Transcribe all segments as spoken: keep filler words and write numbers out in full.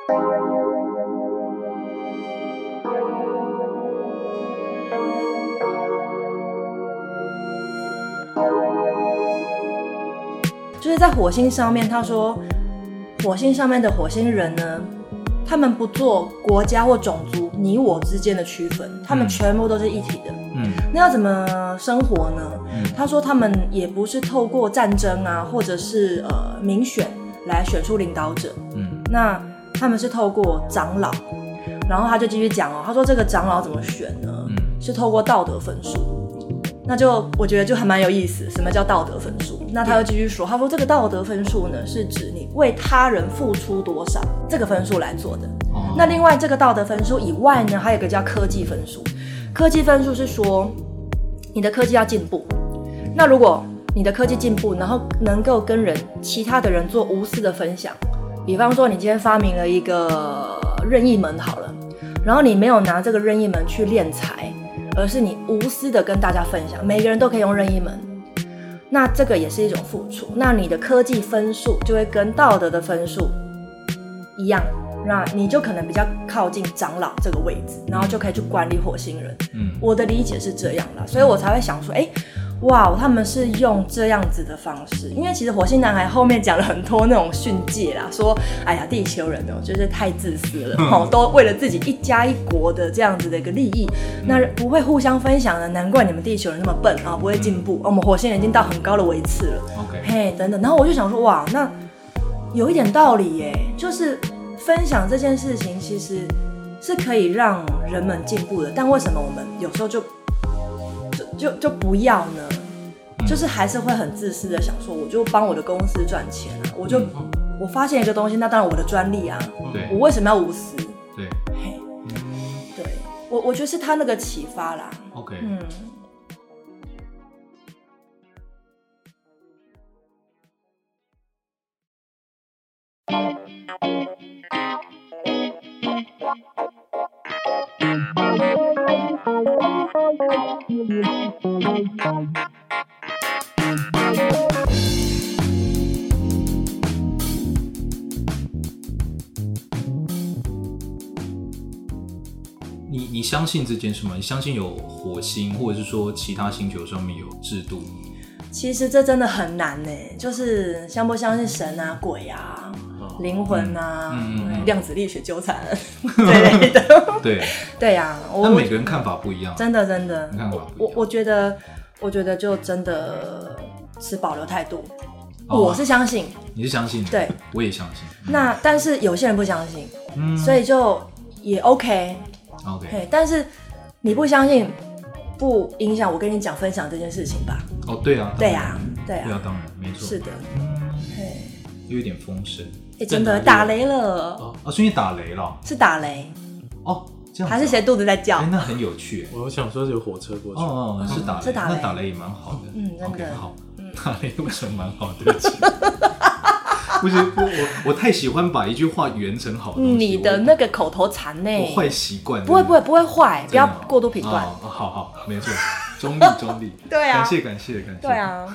就是在火星上面，他说火星上面的火星人呢，他们不做国家或种族你我之间的区分，他们全部都是一体的。嗯，那要怎么生活呢？嗯、他说他们也不是透过战争啊，或者是呃民选来选出领导者。嗯，那他们是透过长老，然后他就继续讲哦，他说这个长老怎么选呢？嗯、是透过道德分数。那就我觉得就还蛮有意思，什么叫道德分数？那他又继续说，他说这个道德分数呢，是指你为他人付出多少这个分数来做的。哦、那另外这个道德分数以外呢，还有一个叫科技分数。科技分数是说你的科技要进步，那如果你的科技进步，然后能够跟人其他的人做无私的分享，比方说你今天发明了一个任意门好了，然后你没有拿这个任意门去敛财，而是你无私的跟大家分享，每个人都可以用任意门，那这个也是一种付出，那你的科技分数就会跟道德的分数一样，那你就可能比较靠近长老这个位置，然后就可以去管理火星人。嗯，我的理解是这样啦，所以我才会想说，哎，哇，他们是用这样子的方式，因为其实火星男孩后面讲了很多那种训诫啦，说，哎呀，地球人哦，就是太自私了，哦，都为了自己一家一国的这样子的一个利益，那不会互相分享的，难怪你们地球人那么笨啊，不会进步，我们火星人已经到很高的维次了。OK， 嘿，等等，然后我就想说，哇，那有一点道理耶，就是分享这件事情其实是可以让人们进步的，但为什么我们有时候就就就就不要呢？就是还是会很自私的想说，我就帮我的公司赚钱啊，我就、嗯、我发现一个东西，那当然我的专利啊，对，我为什么要无私？对，嘿，嗯、对我我觉得是他那个启发啦。OK， 嗯。 你你相信这件事吗？你相信有火星，或者是说其他星球上面有制度？ 其实这真的很难耶，就是相不相信神啊、鬼啊、灵魂啊、嗯嗯、量子力学纠缠这类的。 对对呀、啊， 但每个人看法不一样， 真的真的。 看法不一样。 我我觉得，我觉得就真的持保留态度。哦、我是相信， 你是相信， 对， 我也相信。 嗯、那但是有些人不相信，嗯、所以就也 OK。OK， 但是你不相信，不影响我跟你讲分享这件事情吧？ 哦，对啊， 对啊，对啊， 对啊，当然没错， 是的， 嗯，有一点风声， 哎，真的打雷了， 哦，啊，所以你打雷了， 是打雷， 哦，这样还是谁肚子在叫？ 哎，那很有趣， 我想说有火车过去， 哦哦，是打雷， 是打雷， 那打雷也蛮好的， 嗯，真的好，打雷为什么蛮好的？不是我我我太喜欢把一句话圆成好东西， 你的那个口头禅呢？ 我坏习惯， 不会不会不会坏，不要过度评断。 哦，好好，没错，中立中立。 对啊， 感谢感谢感谢。 对啊。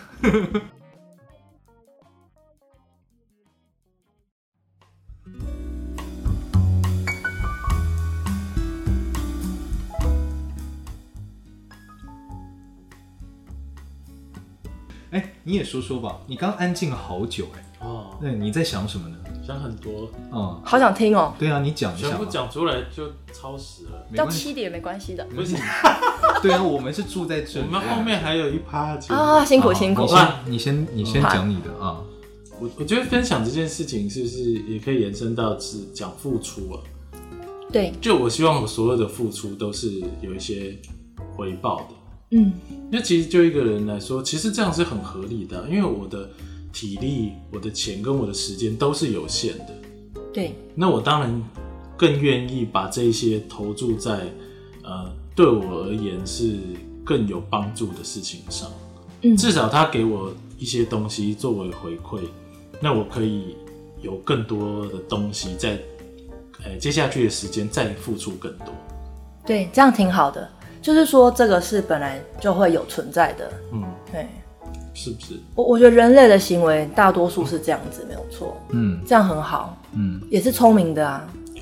哎，你也说说吧，你刚安静了好久哎。哦，那你在想什么呢？ 想很多， 嗯，好想听哦。 对啊，你讲一下。 全部讲出来就超时了， 到七点没关系的。 不是， 对啊，我们是住在这里， 我们后面还有一趴啊，辛苦辛苦。 你先你先讲你的啊。 我我觉得分享这件事情是不是也可以延伸到是讲付出啊？ 对， 就我希望我所有的付出都是有一些回报的。嗯，因为其实就一个人来说，其实这样是很合理的，因为我的体力、我的钱跟我的时间都是有限的。 对， 那我当然更愿意把这些投注在呃对我而言是更有帮助的事情上。嗯，至少他给我一些东西作为回馈，那我可以有更多的东西在呃接下去的时间再付出更多。 对，这样挺好的。就是说，这个是本来就会有存在的，嗯，对， 是不是？ 我我觉得人类的行为大多数是这样子，没有错，嗯，这样很好，嗯，也是聪明的啊，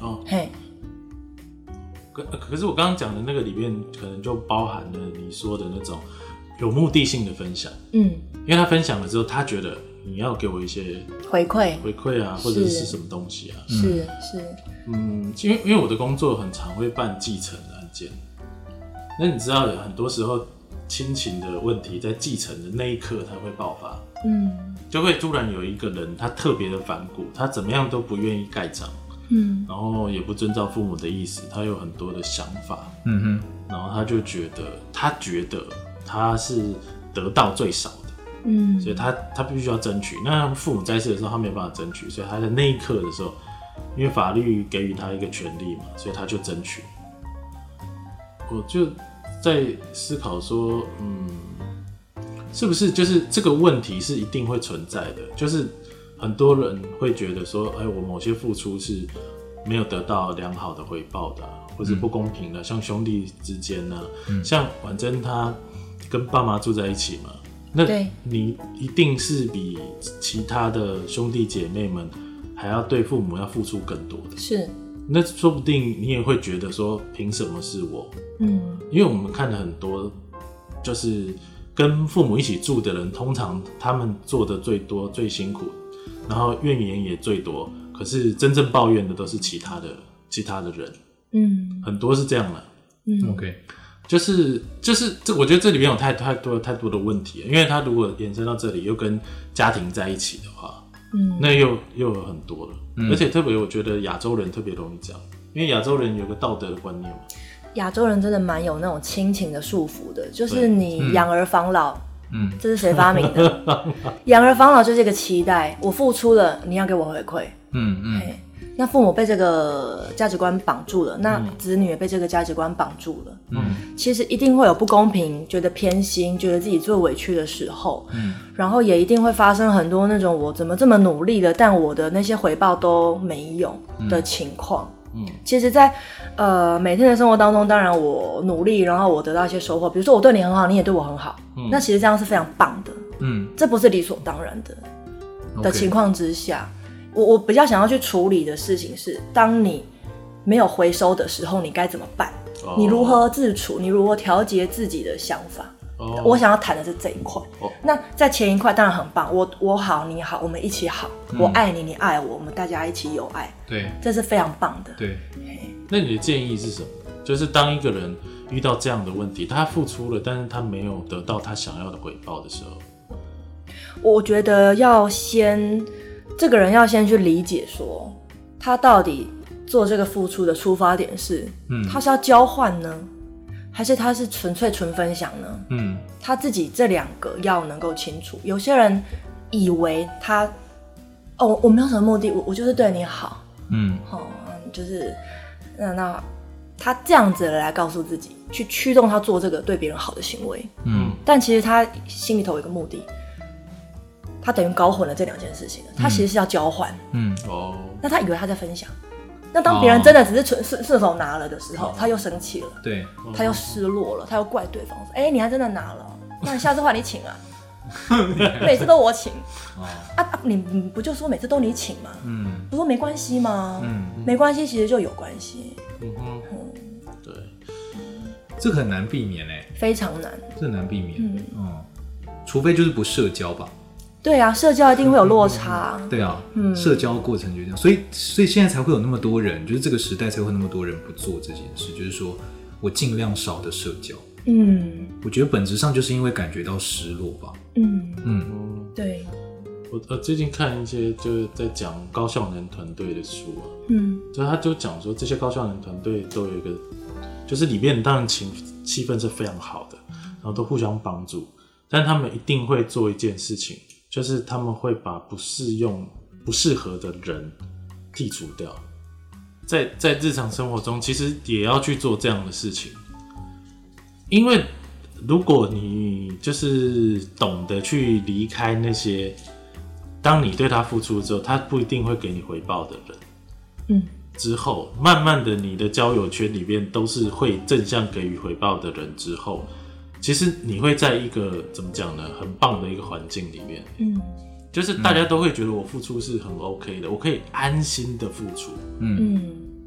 哦， 嘿， 可可是我刚刚讲的那个里面，可能就包含了你说的那种有目的性的分享。嗯，因为他分享了之后，他觉得你要给我一些回馈、 回馈啊，或者是什么东西啊？ 是是， 嗯，因为因为我的工作很常会办继承案件，那你知道，很多时候亲情的问题在继承的那一刻它会爆发，嗯，就会突然有一个人他特别的反骨，他怎么样都不愿意盖章，嗯，然后也不遵照父母的意思，他有很多的想法，嗯哼，然后他就觉得他觉得他是得到最少的，嗯，所以他他必须要争取。那父母在世的时候他没办法争取，所以他在那一刻的时候，因为法律给予他一个权利嘛，所以他就争取。我就在思考说，嗯，是不是就是这个问题是一定会存在的？就是很多人会觉得说，哎，我某些付出是没有得到良好的回报的、啊，或是不公平的，嗯、像兄弟之间呢、啊嗯，像婉珍她跟爸妈住在一起嘛，那你一定是比其他的兄弟姐妹们还要对父母要付出更多的， 是。 那说不定你也会觉得说，凭什么是我？嗯，因为我们看了很多，就是跟父母一起住的人，通常他们做的最多、最辛苦，然后怨言也最多。可是真正抱怨的都是其他的、其他的人。嗯，很多是这样的。 嗯 ，OK， 就是就是这，我觉得这里面有太太多太多的问题了，因为他如果延伸到这里，又跟家庭在一起的话。嗯，那又又有很多了、嗯，而且特别我觉得亚洲人特别容易这样，因为亚洲人有个道德的观念嘛。 亚洲人真的蛮有那种亲情的束缚的，就是你养儿防老，嗯，这是谁发明的？养儿防老就是一个期待，我付出了，你要给我回馈，嗯嗯。那父母被这个价值观绑住了，那子女也被这个价值观绑住了。嗯，其实一定会有不公平，觉得偏心，觉得自己做委屈的时候。嗯，然后也一定会发生很多那种我怎么这么努力了，但我的那些回报都没有的情况。嗯，其实在，呃每天的生活当中，当然我努力，然后我得到一些收获，比如说我对你很好，你也对我很好。嗯，那其实这样是非常棒的。嗯，这不是理所当然的、okay. 的情况之下。我我比较想要去处理的事情是，当你没有回收的时候，你该怎么办？ Oh. 你如何自处？你如何调节自己的想法？ Oh. 我想要谈的是这一块。Oh. 那在前一块当然很棒，我我好你好，我们一起好，嗯、我爱你你爱我，我们大家一起有爱，对，这是非常棒的。 对，那你的建议是什么？就是当一个人遇到这样的问题，他付出了，但是他没有得到他想要的回报的时候， 我觉得要先。这个人要先去理解说，他到底做这个付出的出发点是，嗯，他是要交换呢，还是他是纯粹纯分享呢？嗯，他自己这两个要能够清楚。有些人以为他，哦，我没有什么目的，我我就是对你好，嗯，哦，就是那那他这样子来告诉自己，去驱动他做这个对别人好的行为，嗯，但其实他心里头有一个目的。他等于搞混了这两件事情了，他其实是要交换，嗯哦，那他以为他在分享，那当别人真的只是顺顺手拿了的时候，哦、他又生气了，对，他又失落了，他又怪对方说，哎、欸，你还真的拿了，那你下次换你请啊，每次都我请，哦、啊，你你不就说每次都你请吗？嗯，不说没关系吗？嗯，没关系，其实就有关系，嗯哼， 嗯，对，这个很难避免哎， 非常难， 这很难避免，嗯，嗯除非就是不社交吧。 对啊，社交一定会有落差。 对啊，嗯，社交过程就这样，所以所以现在才会有那么多人，就是这个时代才会有那么多人不做这件事，就是说我尽量少的社交。嗯，我觉得本质上就是因为感觉到失落吧。嗯嗯，对。 我我最近看一些就是在讲高效能团队的书啊，嗯，所以他就讲说这些高效能团队都有一个，就是里面当然气气氛是非常好的，然后都互相帮助，但他们一定会做一件事情。就是他们会把不适用、不适合的人剔除掉，在在日常生活中，其实也要去做这样的事情。因为如果你就是懂得去离开那些，当你对他付出之后，他不一定会给你回报的人，嗯，之后慢慢的，你的交友圈里面都是会正向给予回报的人之后。其实你会在一个怎么讲呢，很棒的一个环境里面，嗯，就是大家都会觉得我付出是很 OK 的，我可以安心的付出，嗯，因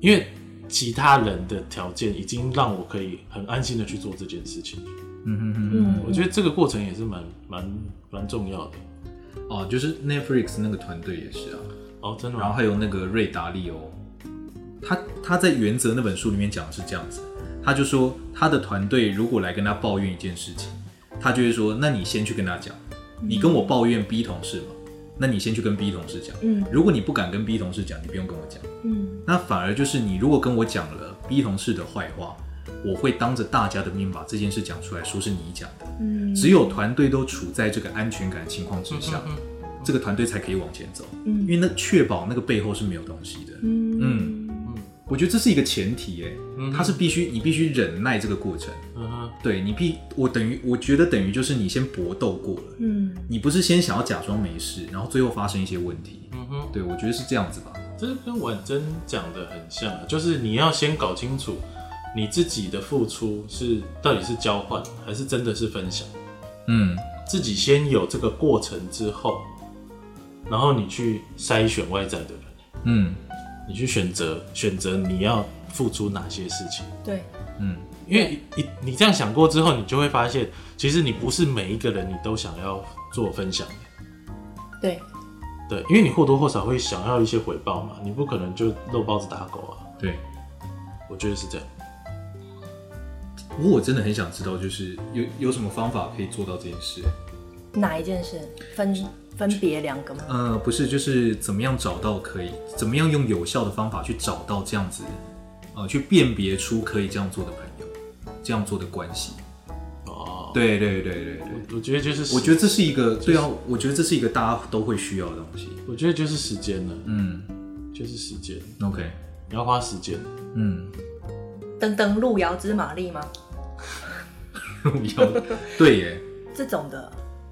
因为其他人的条件已经让我可以很安心的去做这件事情。嗯哼哼哼，我觉得这个过程也是蛮蛮蛮重要的。 哦，就是 Netflix 那个团队也是啊。 哦，真的吗？ 然后还有那个瑞达利欧，他他在《原则》那本书里面讲的是这样子，他就说他的团队如果来跟他抱怨一件事情，他就会说，那你先去跟他讲，你跟我抱怨 B 同事嘛，那你先去跟 B 同事讲。嗯，如果你不敢跟 B 同事讲，你不用跟我讲。嗯，那反而就是你如果跟我讲了 B 同事的坏话，我会当着大家的面把这件事讲出来，说是你讲的。嗯，只有团队都处在这个安全感情况之下，嗯嗯嗯，这个团队才可以往前走。嗯，因为那确保那个背后是没有东西的。嗯嗯嗯，我觉得这是一个前提，哎，嗯，它是必须你必须忍耐这个过程。嗯，对你必我等于我觉得等于就是你先搏斗过了。嗯，你不是先想要假装没事，然后最后发生一些问题。嗯哼，对，我觉得是这样子吧。 这跟婉珍讲的很像，就是你要先搞清楚你自己的付出是到底是交换还是真的是分享。嗯，自己先有这个过程之后，然后你去筛选外在的人。嗯，你去选择选择你要付出哪些事情。 对， 嗯，因为你这样想过之后，你就会发现，其实你不是每一个人你都想要做分享的。 对。 对，因为你或多或少会想要一些回报嘛，你不可能就肉包子打狗啊。 对， 我觉得是这样。 不过我真的很想知道，就是有有什么方法可以做到这件事？ 哪一件事？分分别两个吗？ 呃，不是，就是怎么样找到可以，怎么样用有效的方法去找到这样子，呃，去辨别出可以这样做的朋友，这样做的关系。哦，对对对对对， 我, 我觉得就是， 我觉得这是一个，对啊，我觉得这是一个大家都会需要的东西。 我觉得就是时间了，嗯，就是时间。 OK， 你要花时间，嗯。 等等路遥知马力吗？ 路遥，对耶， 这种的。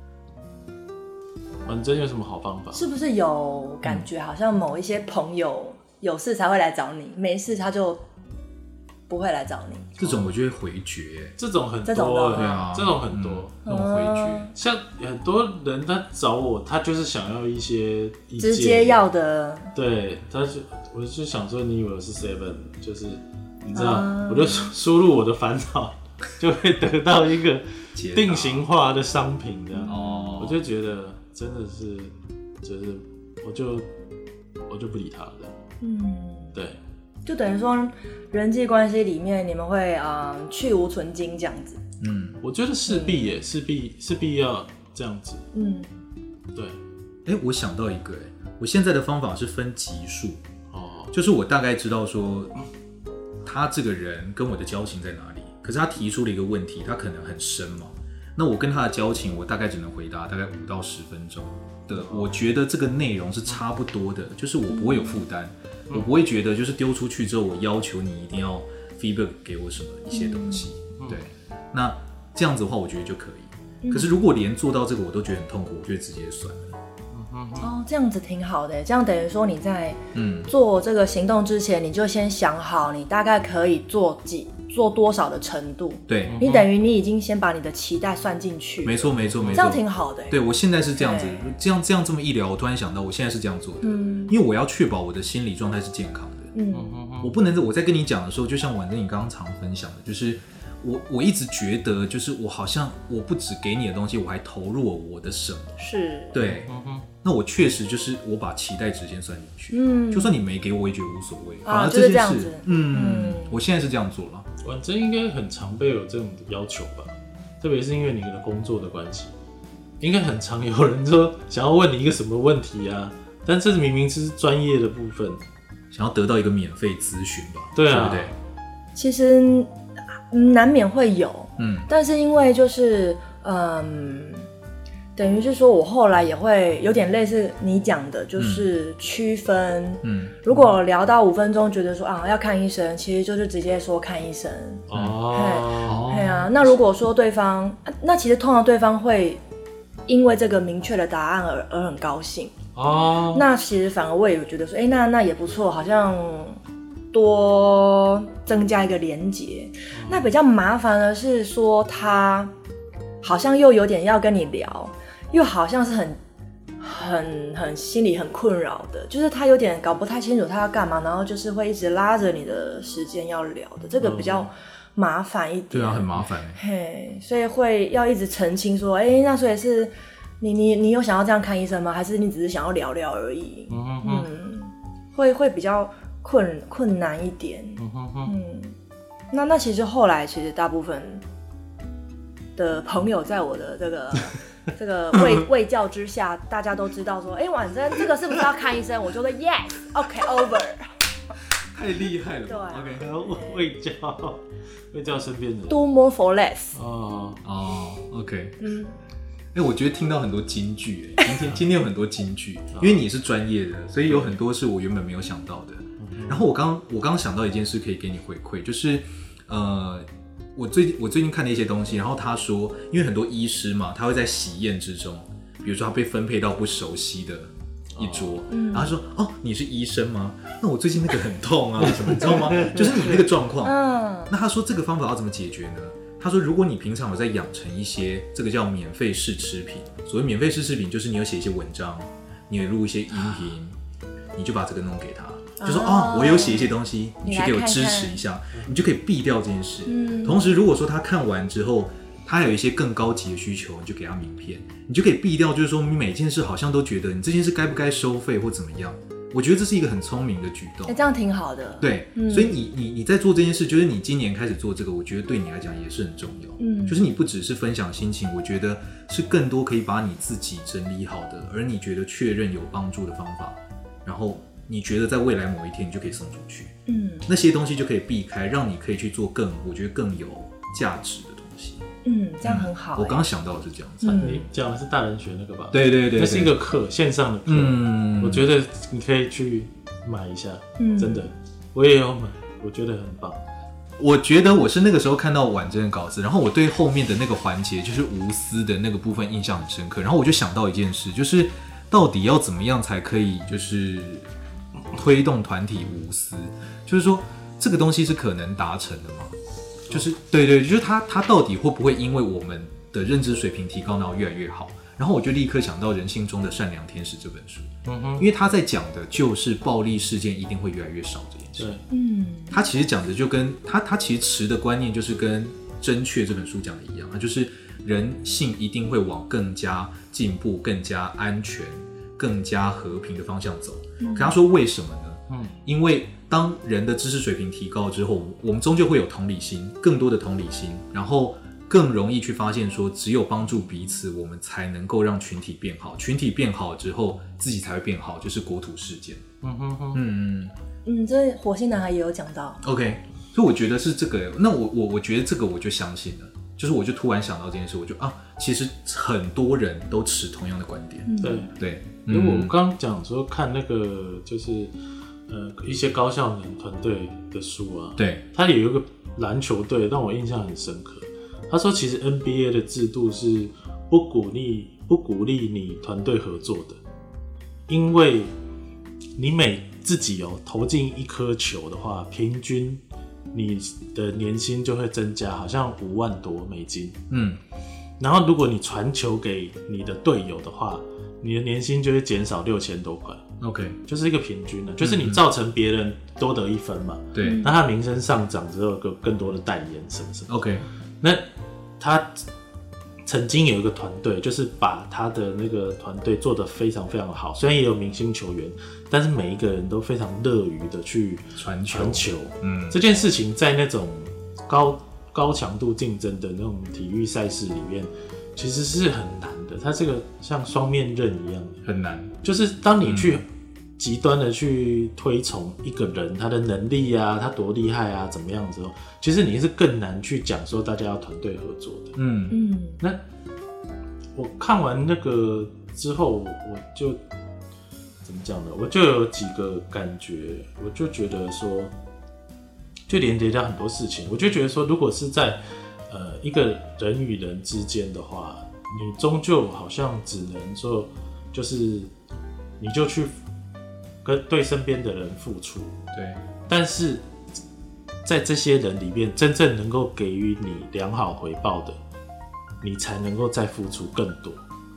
反正有什么好方法？ 是不是有感觉好像某一些朋友有事才会来找你，没事他就不会来找你？ 这种我就会回绝， 这种很多， 这种对啊，这种很多， 那种回绝。 像很多人他找我，他就是想要一些意见， 直接要的。 对，他就我就想说，你以为我是 seven， 就是你知道，啊、我就输入我的烦恼，就会得到一个定型化的商品的。哦，我就觉得真的是，就是我就我就不理他了。嗯，对。 就等于说，人际关系里面你们会嗯去无存精这样子。 嗯，我觉得势必也势必势必要这样子。嗯，对。 哎、欸，我想到一个、欸，哎，我现在的方法是分级数。哦，就是我大概知道说，他这个人跟我的交情在哪里。可是他提出了一个问题，他可能很深嘛。那我跟他的交情，我大概只能回答大概五到十分钟的。我觉得这个内容是差不多的，就是我不会有负担。我不会觉得就是丢出去之后，我要求你一定要 feedback 给我什么一些东西，嗯、对，那这样子的话，我觉得就可以。嗯、可是如果连做到这个我都觉得很痛苦，我就直接算了。 哦，这样子挺好的，这样等于说你在做这个行动之前，你就先想好你大概可以做几做多少的程度。 对， 你等于你已经先把你的期待算进去。 没错没错没错， 这样挺好的。 对，我现在是这样子，这样这样这么一聊，我突然想到，我现在是这样做的，嗯，因为我要确保我的心理状态是健康的。嗯，我不能我在跟你讲的时候，就像婉珍你刚刚常分享的，就是我我一直觉得，就是我好像我不只给你的东西，我还投入了我的什么。 是， 对，嗯、那我确实就是我把期待值先算进去，嗯，就算你没给我，我也觉得无所谓。反而这件事，啊就是、嗯，嗯我现在是这样做了。 婉珍应该很常被有这种要求吧，特别是因为你的工作的关系，应该很常有人说想要问你一个什么问题啊，但这明明是专业的部分， 想要得到一个免费咨询吧， 对啊， 对不对？ 其实难免会有，嗯，但是因为就是嗯。等于是说，我后来也会有点类似你讲的，就是区分。嗯，如果聊到五分钟，觉得说啊要看医生，其实就是直接说看医生。哦，对啊。那如果说对方，那其实通常对方会因为这个明确的答案而而很高兴。哦，那其实反而我也觉得说，哎、欸，那那也不错，好像多增加一个连结。嗯、那比较麻烦的是说，他好像又有点要跟你聊。又好像是很很很心里很困扰的，就是他有点搞不太清楚他要干嘛，然后就是会一直拉着你的时间要聊的，这个比较麻烦一点。 对啊，很麻烦。 嘿，所以会要一直澄清说，哎、欸，那所以是你你你有想要这样看医生吗？还是你只是想要聊聊而已？嗯哼哼嗯，会会比较困困难一点。嗯哼哼嗯，那那其实后来其实大部分的朋友在我的这个这个卫卫教之下，大家都知道说，哎、欸，婉珍这个是不是要看医生？我就说 yes，OK、okay, over。 太厉害了吧， 对 ，OK， 然后卫教卫教身边的 do more for less。 哦哦 ，OK， 嗯，哎、欸，我觉得听到很多金句，哎，今天今天有很多金句，因为你是专业的，所以有很多是我原本没有想到的。然后我刚我刚想到一件事可以给你回馈，就是呃。我最我最近看的一些东西，然后他说，因为很多医师嘛，他会在喜宴之中，比如说他被分配到不熟悉的一桌，哦嗯、然后他说：“哦，你是医生吗？那我最近那个很痛啊，什么你知道吗？就是你那个状况。嗯”那他说这个方法要怎么解决呢？他说，如果你平常有在养成一些这个叫免费试吃品，所谓免费试吃品，就是你有写一些文章，你有录一些音频，你就把这个弄给他。就说哦，我有写一些东西，你去给我支持一下， 你, 你就可以避掉这件事。嗯、同时，如果说他看完之后，他有一些更高级的需求，你就给他名片，你就可以避掉。就是说，你每件事好像都觉得你这件事该不该收费或怎么样。我觉得这是一个很聪明的举动。 哎、欸，这样挺好的。 对，嗯、所以你你你在做这件事，就是你今年开始做这个，我觉得对你来讲也是很重要。嗯，就是你不只是分享心情，我觉得是更多可以把你自己整理好的，而你觉得确认有帮助的方法，然后。你觉得在未来某一天你就可以送出去，嗯，那些东西就可以避开，让你可以去做更，我觉得更有价值的东西。 嗯，这样很好、欸嗯。 我刚刚想到的是这样子。 嗯、你讲的是大人学那个吧？ 对对 对, 對， 那是一个课，线上的课。嗯，我觉得你可以去买一下，嗯，真的，我也有买，我觉得很棒。 我觉得我是那个时候看到婉珍的稿子，然后我对后面的那个环节，就是无私的那个部分印象很深刻，然后我就想到一件事，就是到底要怎么样才可以，就是。推动团体无私，就是说这个东西是可能达成的吗？就是对对，就是它它到底会不会因为我们的认知水平提高，然后越来越好？然后我就立刻想到《人性中的善良天使》这本书，嗯哼，因为他在讲的就是暴力事件一定会越来越少这件事。嗯，他其实讲的就跟他他其实持的观念就是跟《真确》这本书讲的一样，他就是人性一定会往更加进步、更加安全、更加和平的方向走。可他说为什么呢？嗯，因为当人的知识水平提高之后，我们终究会有同理心，更多的同理心，然后更容易去发现说，只有帮助彼此，我们才能够让群体变好。群体变好之后，自己才会变好，就是国土事件。嗯哼哼，嗯嗯，这火星男孩也有讲到。 OK， 所以我觉得是这个。那我我我觉得这个我就相信了。就是我就突然想到这件事，我就啊，其实很多人都持同样的观点。 嗯、对对， 因为我刚刚讲说看那个就是呃一些高效能团队的书啊， 对， 他也有一个篮球队让我印象很深刻。他说其实 N B A 的制度是不鼓励不鼓励你团队合作的，因为你每自己哦投进一颗球的话，平均。你的年薪就会增加，好像五万多美金。嗯，然后如果你传球给你的队友的话，你的年薪就会减少六千多块。 OK， 就是一个平均的，就是你造成别人多得一分嘛。 对、嗯， 那他名声上涨之后，有更多的代言什么什么。 OK， 那他曾经有一个团队，就是把他的那个团队做得非常非常好，虽然也有明星球员，但是每一个人都非常乐于的去传球。 传球，嗯，这件事情在那种高高强度竞争的那种体育赛事里面，其实是很难的。它这个像双面刃一样， 很难。 就是当你去极端的去推崇一个人他的能力啊，他多厉害啊，怎么样之后，其实你是更难去讲说大家要团队合作的。嗯嗯，那我看完那个之后，我就怎么讲呢？我就有几个感觉，我就觉得说，就连接到很多事情，我就觉得说，如果是在呃一个人与人之间的话，你终究好像只能说，就是你就去跟对身边的人付出， 对， 但是在这些人里面，真正能够给予你良好回报的，你才能够再付出更多。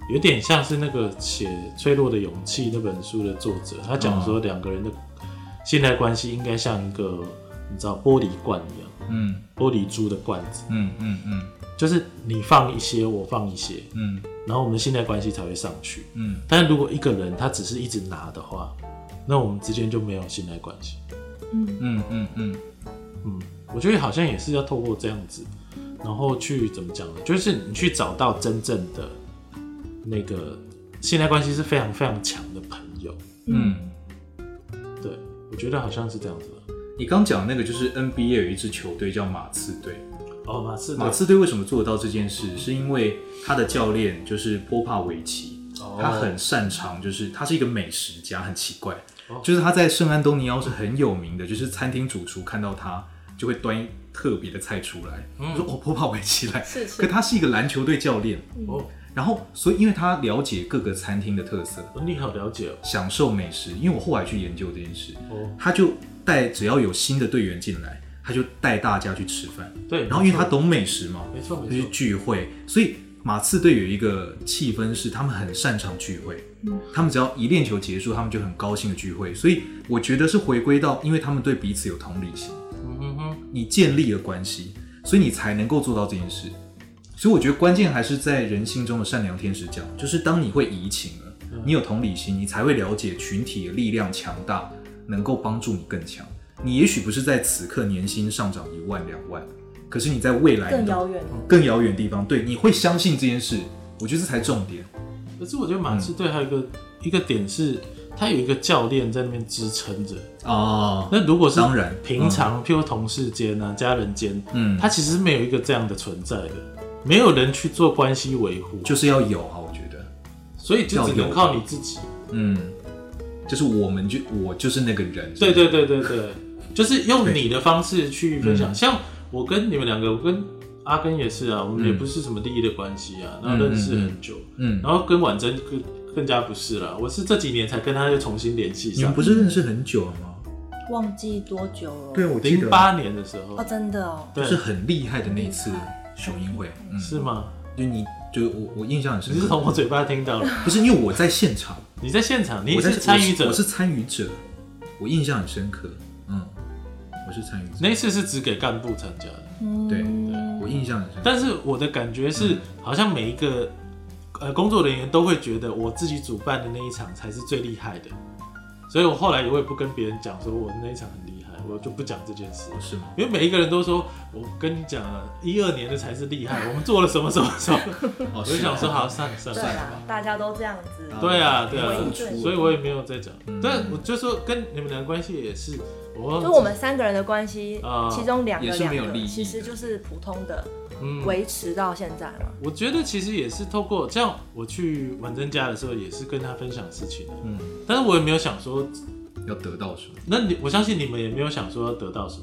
有点像是那个写《脆弱的勇气》那本书的作者，他讲说两个人的信赖关系应该像一个你知道玻璃罐一样，嗯，玻璃珠的罐子，嗯嗯嗯，就是你放一些，我放一些，嗯，然后我们的信赖关系才会上去，嗯。但是如果一个人他只是一直拿的话，那我们之间就没有信赖关系，嗯嗯嗯嗯嗯，我觉得好像也是要透过这样子，然后去怎么讲呢？就是你去找到真正的那个信赖关系是非常非常强的朋友，嗯，对，我觉得好像是这样子的。 你刚讲的那个就是 N B A 有一支球队叫马刺队。 哦，马刺队。 马刺队为什么做得到这件事？是因为他的教练就是波帕维奇，哦、他很擅长，就是他是一个美食家，很奇怪，哦、就是他在圣安东尼奥是很有名的，就是餐厅主厨看到他就会端特别的菜出来，嗯、说哦波帕维奇来， 是是， 可他是一个篮球队教练，哦。然后，所以因为他了解各个餐厅的特色， 哦、你好了解哦， 享受美食。因为我后来去研究这件事，哦、他就带只要有新的队员进来，他就带大家去吃饭。 对， 然后因为他懂美食嘛， 没错没错， 就是聚会。所以马刺队有一个气氛是，他们很擅长聚会。嗯，他们只要一练球结束，他们就很高兴的聚会。所以我觉得是回归到，因为他们对彼此有同理心，嗯哼哼，你建立了关系，所以你才能够做到这件事。所以我觉得关键还是在人性中的善良天使角，就是当你会移情了，嗯、你有同理心，你才会了解群体的力量强大，能够帮助你更强。你也许不是在此刻年薪上涨一万两万，可是你在未来更遥远、 更遥远的地方，对，你会相信这件事。我觉得这才重点。 可是我觉得马刺队还有一个、嗯、一个点是，他有一个教练在那边支撑着。哦，那如果是当然平常，嗯、譬如同事间啊、家人间，嗯，他其实没有一个这样的存在的。没有人去做关系维护， 就是要有啊，我觉得， 所以就只能靠你自己。 嗯，就是我们就我就是那个人， 对对对对对，就是用你的方式去分享。像我跟你们两个，我跟阿根也是啊，我们也不是什么利益的关系啊，然后认识很久，嗯，然后跟婉珍更更加不是了。我是这几年才跟他又重新联系上。 你们不是认识很久了吗？ 忘记多久了？ 对，我记得零八年的时候。 哦，真的哦， 就是很厉害的那一次。雄鹰会、嗯、 是吗？ 就你就我我印象很深刻， 你是从我嘴巴听到的， 不是因为我在现场， 你在现场，你是参与者， 我是参与者，我印象很深刻，嗯，我是参与者。 那一次是只给干部参加的， 嗯、对对，我印象很深刻。 但是我的感觉是，嗯、好像每一个呃工作人员都会觉得我自己主办的那一场才是最厉害的，所以我后来我也不跟别人讲说我那一场很厉害。我就不讲这件事， 是吗？ 因为每一个人都说，我跟你讲了，一二年的才是厉害，我们做了什么什么什么，我就想说，好，算了算了算了吧， 大家都这样子， 对啊对啊，所以我也没有再讲。嗯、但我就说跟你们俩的关系也是，我就我们三个人的关系， 呃、 其中两个两个其实就是普通的，维持到现在嘛。 我觉得其实也是透过这样，我去婉珍家的时候也是跟他分享事情的，嗯，但是我也没有想说。 要得到什么？ 那你我相信你们也没有想说要得到什么，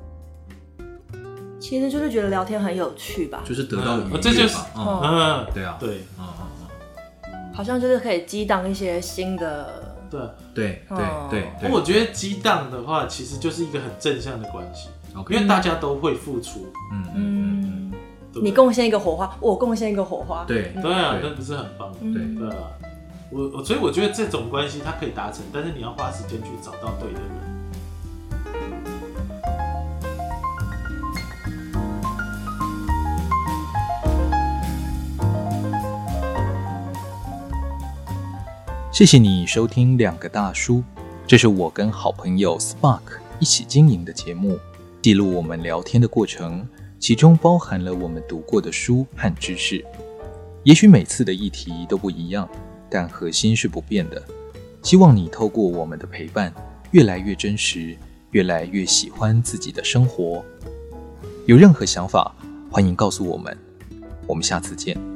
其实就是觉得聊天很有趣吧， 就是得到愉悦吧， 这就是， 嗯， 嗯对啊， 对， 嗯嗯嗯，好像就是可以激荡一些新的， 对对对对对。 我觉得激荡的话，其实就是一个很正向的关系，因为大家都会付出，嗯嗯， 你贡献一个火花，我贡献一个火花， 对对啊，那不是很棒，对对啊。我我所以我觉得这种关系它可以达成，但是你要花时间去找到对的人。谢谢你收听两个大叔，这是我跟好朋友 Spark 一起经营的节目，记录我们聊天的过程，其中包含了我们读过的书和知识。也许每次的议题都不一样，但核心是不变的。希望你透过我们的陪伴，越来越真实，越来越喜欢自己的生活。有任何想法，欢迎告诉我们。我们下次见。